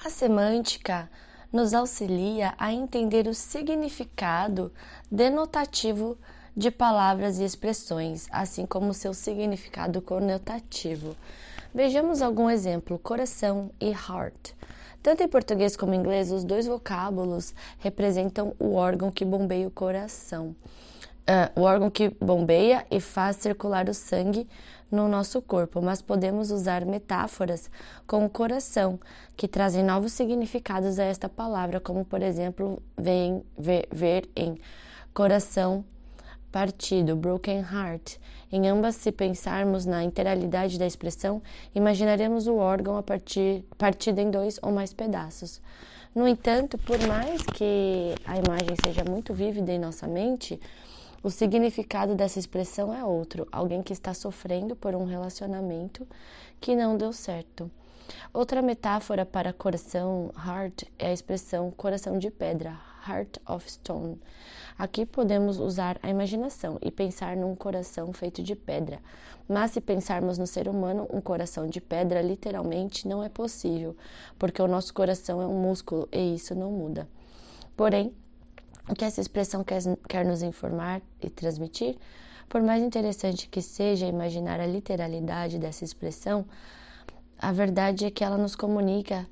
A semântica nos auxilia a entender o significado denotativo de palavras e expressões, assim como seu significado conotativo. Vejamos algum exemplo: coração e heart. Tanto em português como em inglês, os dois vocábulos representam o órgão que bombeia o coração. O órgão que bombeia e faz circular o sangue no nosso corpo, mas podemos usar metáforas com o coração, que trazem novos significados a esta palavra, como, por exemplo, ver em coração partido, broken heart. Em ambas, se pensarmos na integralidade da expressão, imaginaremos o órgão partido em dois ou mais pedaços. No entanto, por mais que a imagem seja muito vívida em nossa mente, o significado dessa expressão é outro: alguém que está sofrendo por um relacionamento que não deu certo. Outra metáfora para coração, heart, é a expressão coração de pedra, heart of stone. Aqui podemos usar a imaginação e pensar num coração feito de pedra, mas se pensarmos no ser humano, um coração de pedra literalmente não é possível, porque o nosso coração é um músculo e isso não muda. Porém, o que essa expressão quer nos informar e transmitir? Por mais interessante que seja imaginar a literalidade dessa expressão, a verdade é que ela nos comunica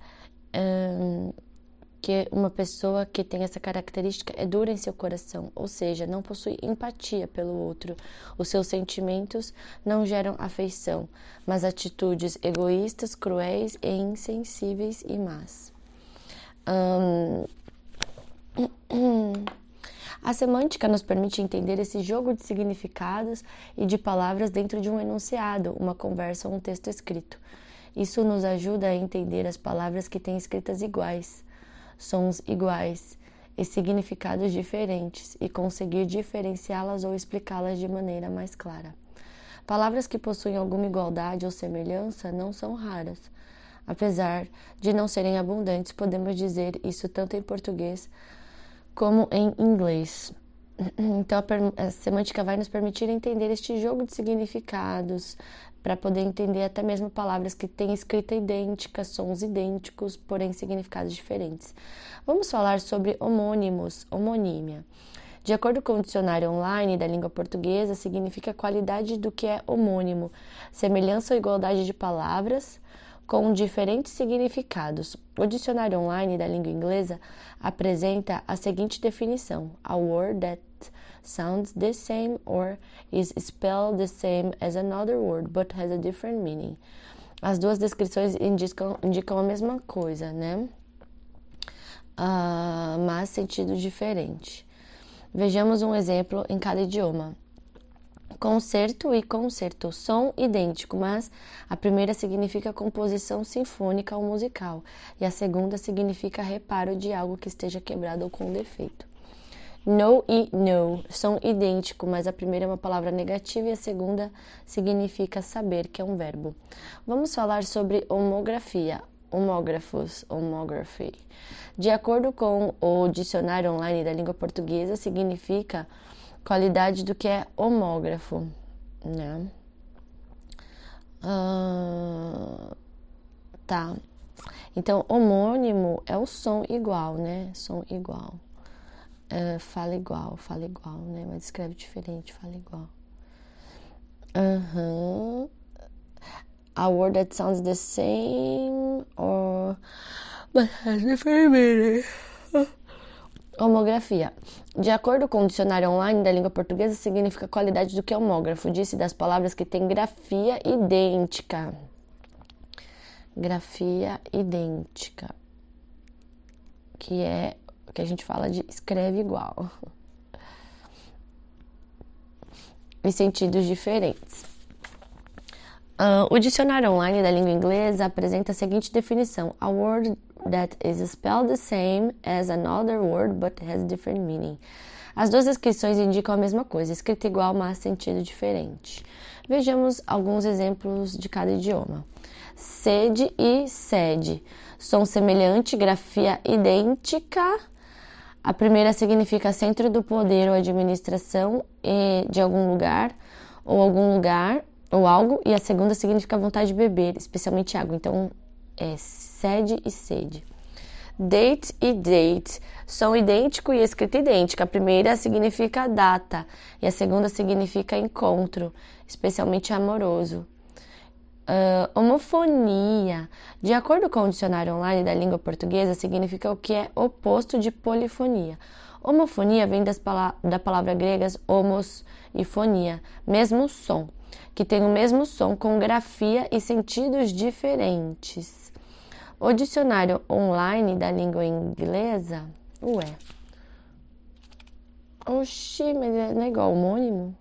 que uma pessoa que tem essa característica é dura em seu coração, ou seja, não possui empatia pelo outro. Os seus sentimentos não geram afeição, mas atitudes egoístas, cruéis e insensíveis e más. A semântica nos permite entender esse jogo de significados e de palavras dentro de um enunciado, uma conversa ou um texto escrito. Isso nos ajuda a entender as palavras que têm escritas iguais, sons iguais e significados diferentes e conseguir diferenciá-las ou explicá-las de maneira mais clara. Palavras que possuem alguma igualdade ou semelhança não são raras. Apesar de não serem abundantes, podemos dizer isso tanto em português como em inglês. Então, a semântica vai nos permitir entender este jogo de significados, para poder entender até mesmo palavras que têm escrita idêntica, sons idênticos, porém significados diferentes. Vamos falar sobre homônimos, homonímia. De acordo com o dicionário online da língua portuguesa, significa qualidade do que é homônimo, semelhança ou igualdade de palavras com diferentes significados. O dicionário online da língua inglesa apresenta a seguinte definição: a word that sounds the same or is spelled the same as another word but has a different meaning. As duas descrições indicam a mesma coisa, né? Mas sentido diferente. Vejamos um exemplo em cada idioma. Concerto e concerto, som idêntico, mas a primeira significa composição sinfônica ou musical e a segunda significa reparo de algo que esteja quebrado ou com defeito. No e no são idênticos, mas a primeira é uma palavra negativa e a segunda significa saber, que é um verbo. Vamos falar sobre homografia, homógrafos, homography. De acordo com o dicionário online da língua portuguesa, significa qualidade do que é homógrafo, né? Tá. Então, homônimo é o som igual, né? Som igual. Fala igual, né? Mas escreve diferente, fala igual. A word that sounds the same or but has different meaning. Homografia. De acordo com o dicionário online da língua portuguesa, significa qualidade do que é homógrafo, disse das palavras que têm grafia idêntica. Grafia idêntica, que é o que a gente fala de escreve igual. Em sentidos diferentes. O dicionário online da língua inglesa apresenta a seguinte definição: a word that is spelled the same as another word but has different meaning. As duas descrições indicam a mesma coisa, escrita igual, mas sentido diferente. Vejamos alguns exemplos de cada idioma. Sede e sede. Som semelhante, grafia idêntica. A primeira significa centro do poder ou administração de algum lugar, ou algo, e a segunda significa vontade de beber, especialmente água. Então, é sede e sede. Date e date são idêntico e escrita idêntica. A primeira significa data e a segunda significa encontro, especialmente amoroso. Homofonia, de acordo com o dicionário online da língua portuguesa, significa o que é oposto de polifonia. Homofonia vem da palavra grega homos e fonia, mesmo som, que tem o mesmo som com grafia e sentidos diferentes. O dicionário online da língua inglesa, oxi, mas não é igual homônimo?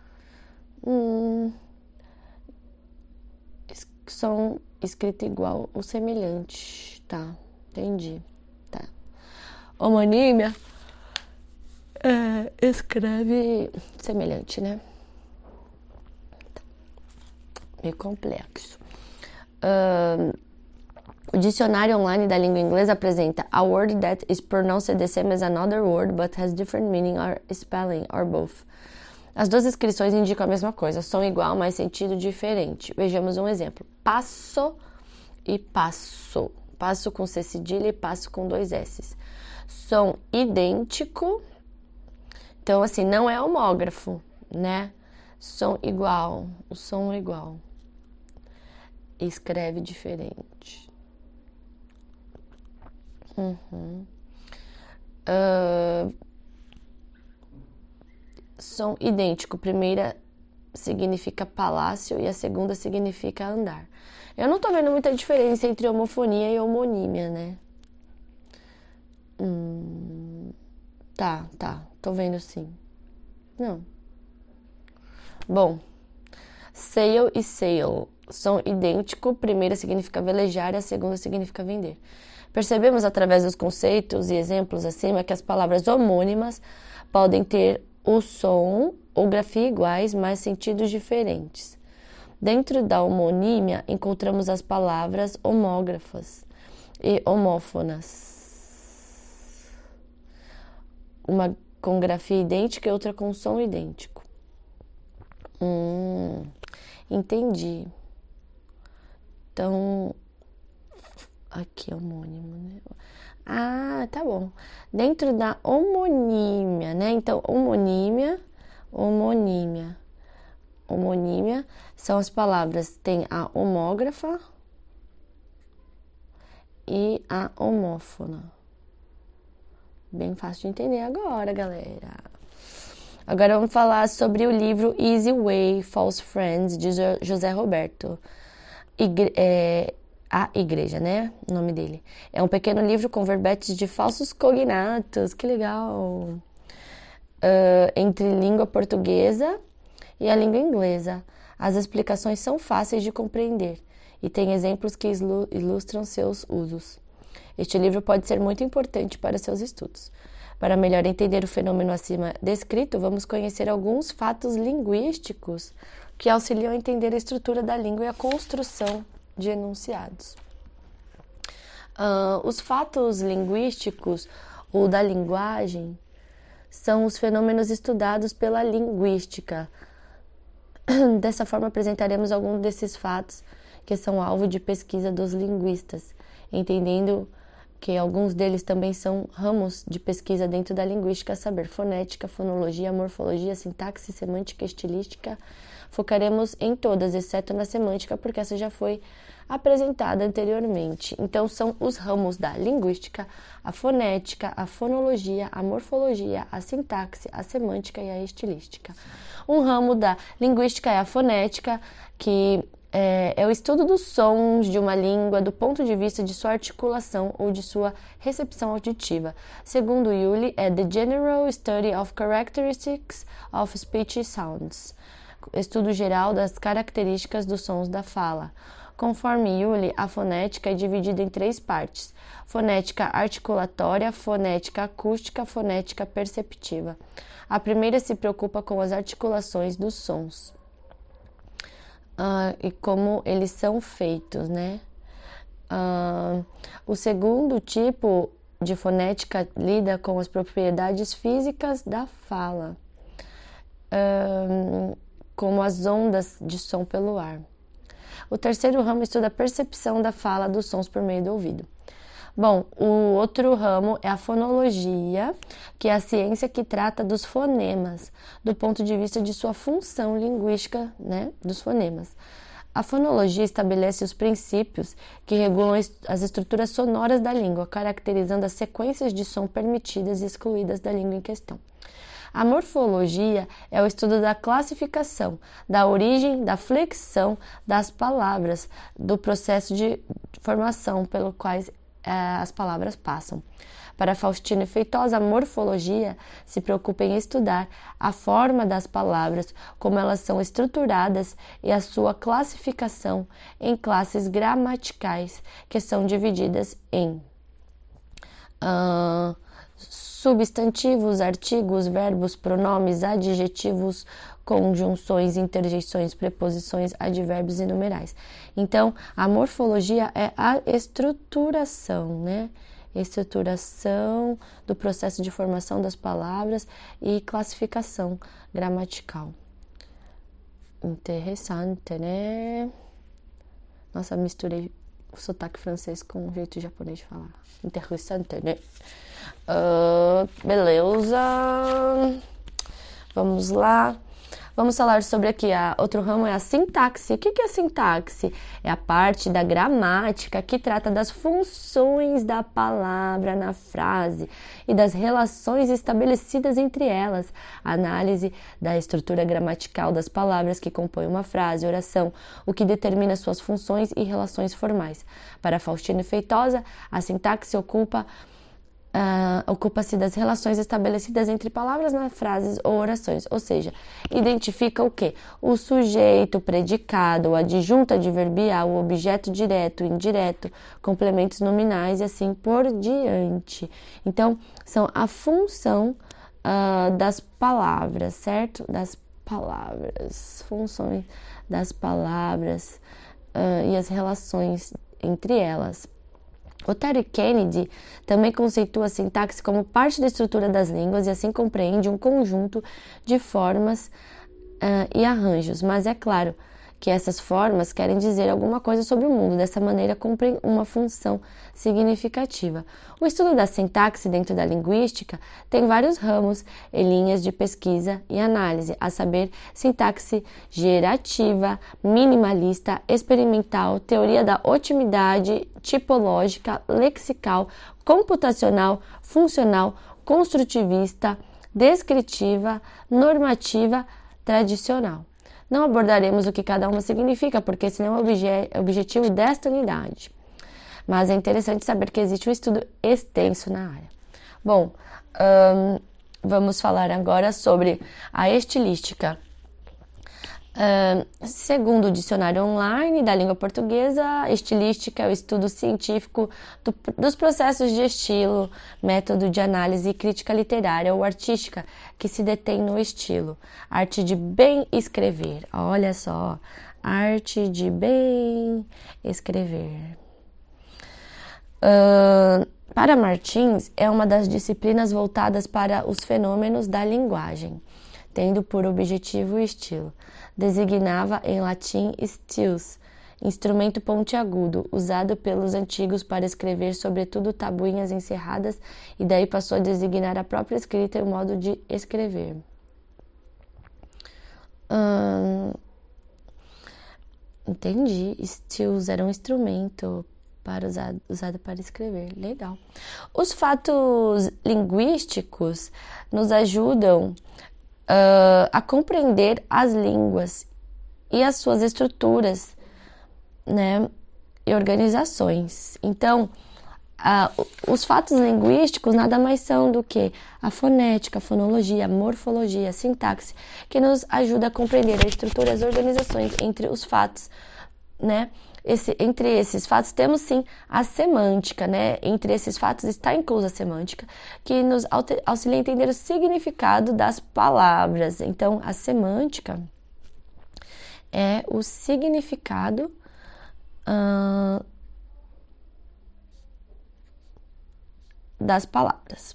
São escrito igual ou semelhante, tá? Entendi, tá. Homonímia escreve semelhante, né? Tá. Meio complexo. O dicionário online da língua inglesa apresenta a word that is pronounced the same as another word but has different meaning or spelling or both. As duas inscrições indicam a mesma coisa, som igual, mas sentido diferente. Vejamos um exemplo. Passo e passo. Passo com C cedilha e passo com 2 S. Som idêntico. Então, assim, não é homógrafo, né? Som igual. O som é igual. Escreve diferente. Som idêntico. Primeira significa palácio e a segunda significa andar. Eu não tô vendo muita diferença entre homofonia e homonímia, né? Tá. Tô vendo sim. Não. Bom. Sail e sail são idênticos. Primeira significa velejar e a segunda significa vender. Percebemos através dos conceitos e exemplos acima que as palavras homônimas podem ter o som ou grafia iguais, mas sentidos diferentes. Dentro da homonímia, encontramos as palavras homógrafas e homófonas. Uma com grafia idêntica e outra com som idêntico. Entendi. Então, aqui é homônimo, né? Ah, tá bom. Dentro da homonímia, né? Então, homonímia são as palavras, tem a homógrafa e a homófona. Bem fácil de entender agora, galera. Agora vamos falar sobre o livro Easy Way, False Friends, de José Roberto. A Igreja, né? O nome dele. É um pequeno livro com verbetes de falsos cognatos. Que legal! Entre língua portuguesa e a língua inglesa. As explicações são fáceis de compreender e tem exemplos que ilustram seus usos. Este livro pode ser muito importante para seus estudos. Para melhor entender o fenômeno acima descrito, vamos conhecer alguns fatos linguísticos que auxiliam a entender a estrutura da língua e a construção de enunciados. Os fatos linguísticos ou da linguagem são os fenômenos estudados pela linguística. Dessa forma, apresentaremos alguns desses fatos que são alvo de pesquisa dos linguistas, entendendo que alguns deles também são ramos de pesquisa dentro da linguística, a saber, fonética, fonologia, morfologia, sintaxe, semântica, estilística. Focaremos em todas, exceto na semântica, porque essa já foi apresentada anteriormente. Então, são os ramos da linguística, a fonética, a fonologia, a morfologia, a sintaxe, a semântica e a estilística. Um ramo da linguística é a fonética, que é o estudo dos sons de uma língua do ponto de vista de sua articulação ou de sua recepção auditiva. Segundo Yulee, é The General Study of Characteristics of Speech Sounds, estudo geral das características dos sons da fala. Conforme Yulee, a fonética é dividida em 3 partes: fonética articulatória, fonética acústica, fonética perceptiva. A primeira se preocupa com as articulações dos sons. E como eles são feitos, né? O segundo tipo de fonética lida com as propriedades físicas da fala, como as ondas de som pelo ar. O terceiro ramo estuda a percepção da fala dos sons por meio do ouvido. Bom, o outro ramo é a fonologia, que é a ciência que trata dos fonemas, do ponto de vista de sua função linguística, né, dos fonemas. A fonologia estabelece os princípios que regulam as estruturas sonoras da língua, caracterizando as sequências de som permitidas e excluídas da língua em questão. A morfologia é o estudo da classificação, da origem, da flexão das palavras, do processo de formação pelo quais as palavras passam. Para Faustino e Feitosa, a morfologia se preocupa em estudar a forma das palavras, como elas são estruturadas e a sua classificação em classes gramaticais, que são divididas em substantivos, artigos, verbos, pronomes, adjetivos, conjunções, interjeições, preposições, advérbios e numerais. Então, a morfologia é a estruturação, né? Estruturação do processo de formação das palavras e classificação gramatical. Interessante, né? Nossa, misturei o sotaque francês com o jeito japonês de falar. Interessante, né? Beleza. Vamos lá. Vamos falar sobre aqui, outro ramo é a sintaxe. O que é a sintaxe? É a parte da gramática que trata das funções da palavra na frase e das relações estabelecidas entre elas. A análise da estrutura gramatical das palavras que compõem uma frase, oração, o que determina suas funções e relações formais. Para Faustino e Feitosa, a sintaxe ocupa-se das relações estabelecidas entre palavras nas frases ou orações, ou seja, identifica o quê? O sujeito, o predicado, o adjunto adverbial, o objeto direto, indireto, complementos nominais e assim por diante. Então, são a função das palavras, certo? Das palavras, funções das palavras e as relações entre elas. O Terry Kennedy também conceitua a sintaxe como parte da estrutura das línguas e assim compreende um conjunto de formas e arranjos, mas é claro que essas formas querem dizer alguma coisa sobre o mundo, dessa maneira cumprem uma função significativa. O estudo da sintaxe dentro da linguística tem vários ramos e linhas de pesquisa e análise, a saber, sintaxe gerativa, minimalista, experimental, teoria da otimidade, tipológica, lexical, computacional, funcional, construtivista, descritiva, normativa, tradicional. Não abordaremos o que cada uma significa, porque esse não é o objetivo desta unidade. Mas é interessante saber que existe um estudo extenso na área. Bom, vamos falar agora sobre a estilística. Segundo o dicionário online da língua portuguesa, estilística é o estudo científico dos processos de estilo, método de análise e crítica literária ou artística que se detém no estilo, arte de bem escrever. Olha só, arte de bem escrever. Para Martins, é uma das disciplinas voltadas para os fenômenos da linguagem, tendo por objetivo o estilo. Designava em latim stiles, instrumento pontiagudo, usado pelos antigos para escrever sobretudo tabuinhas encerradas, e daí passou a designar a própria escrita e o modo de escrever. Entendi, stiles era um instrumento usado para escrever, legal. Os fatos linguísticos nos ajudam a compreender as línguas e as suas estruturas, né, e organizações. Então, os fatos linguísticos nada mais são do que a fonética, a fonologia, a morfologia, a sintaxe, que nos ajuda a compreender a estrutura e as organizações entre os fatos, né? Entre esses fatos temos sim a semântica, né? Entre esses fatos está inclusa a semântica, que nos auxilia a entender o significado das palavras. Então, a semântica é o significado das palavras,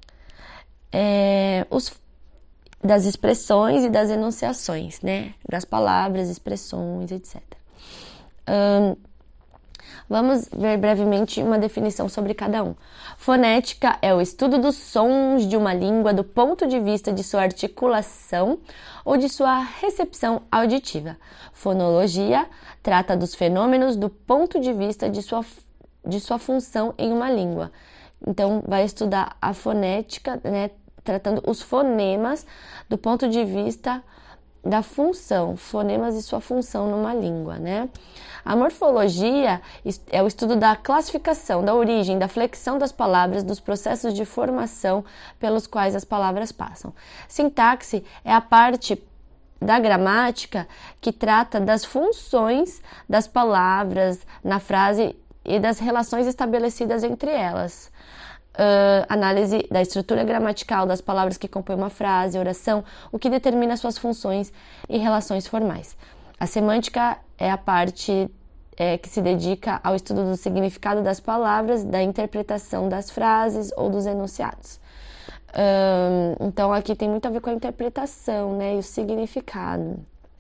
das expressões e das enunciações, né? Das palavras, expressões, etc. Vamos ver brevemente uma definição sobre cada um. Fonética é o estudo dos sons de uma língua do ponto de vista de sua articulação ou de sua recepção auditiva. Fonologia trata dos fenômenos do ponto de vista de sua função em uma língua. Então, vai estudar a fonética, né, tratando os fonemas do ponto de vista da função, fonemas e sua função numa língua, né? A morfologia é o estudo da classificação, da origem, da flexão das palavras, dos processos de formação pelos quais as palavras passam. Sintaxe é a parte da gramática que trata das funções das palavras na frase e das relações estabelecidas entre elas. Análise da estrutura gramatical das palavras que compõem uma frase, oração, o que determina suas funções e relações formais. A semântica é a parte que se dedica ao estudo do significado das palavras, da interpretação das frases ou dos enunciados. Então, aqui tem muito a ver com a interpretação, né, e o significado.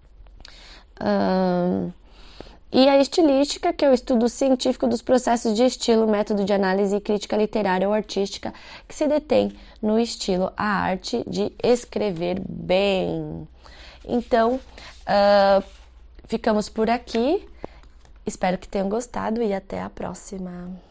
E a estilística, que é o estudo científico dos processos de estilo, método de análise e crítica literária ou artística, que se detém no estilo, a arte de escrever bem. Então, ficamos por aqui. Espero que tenham gostado e até a próxima.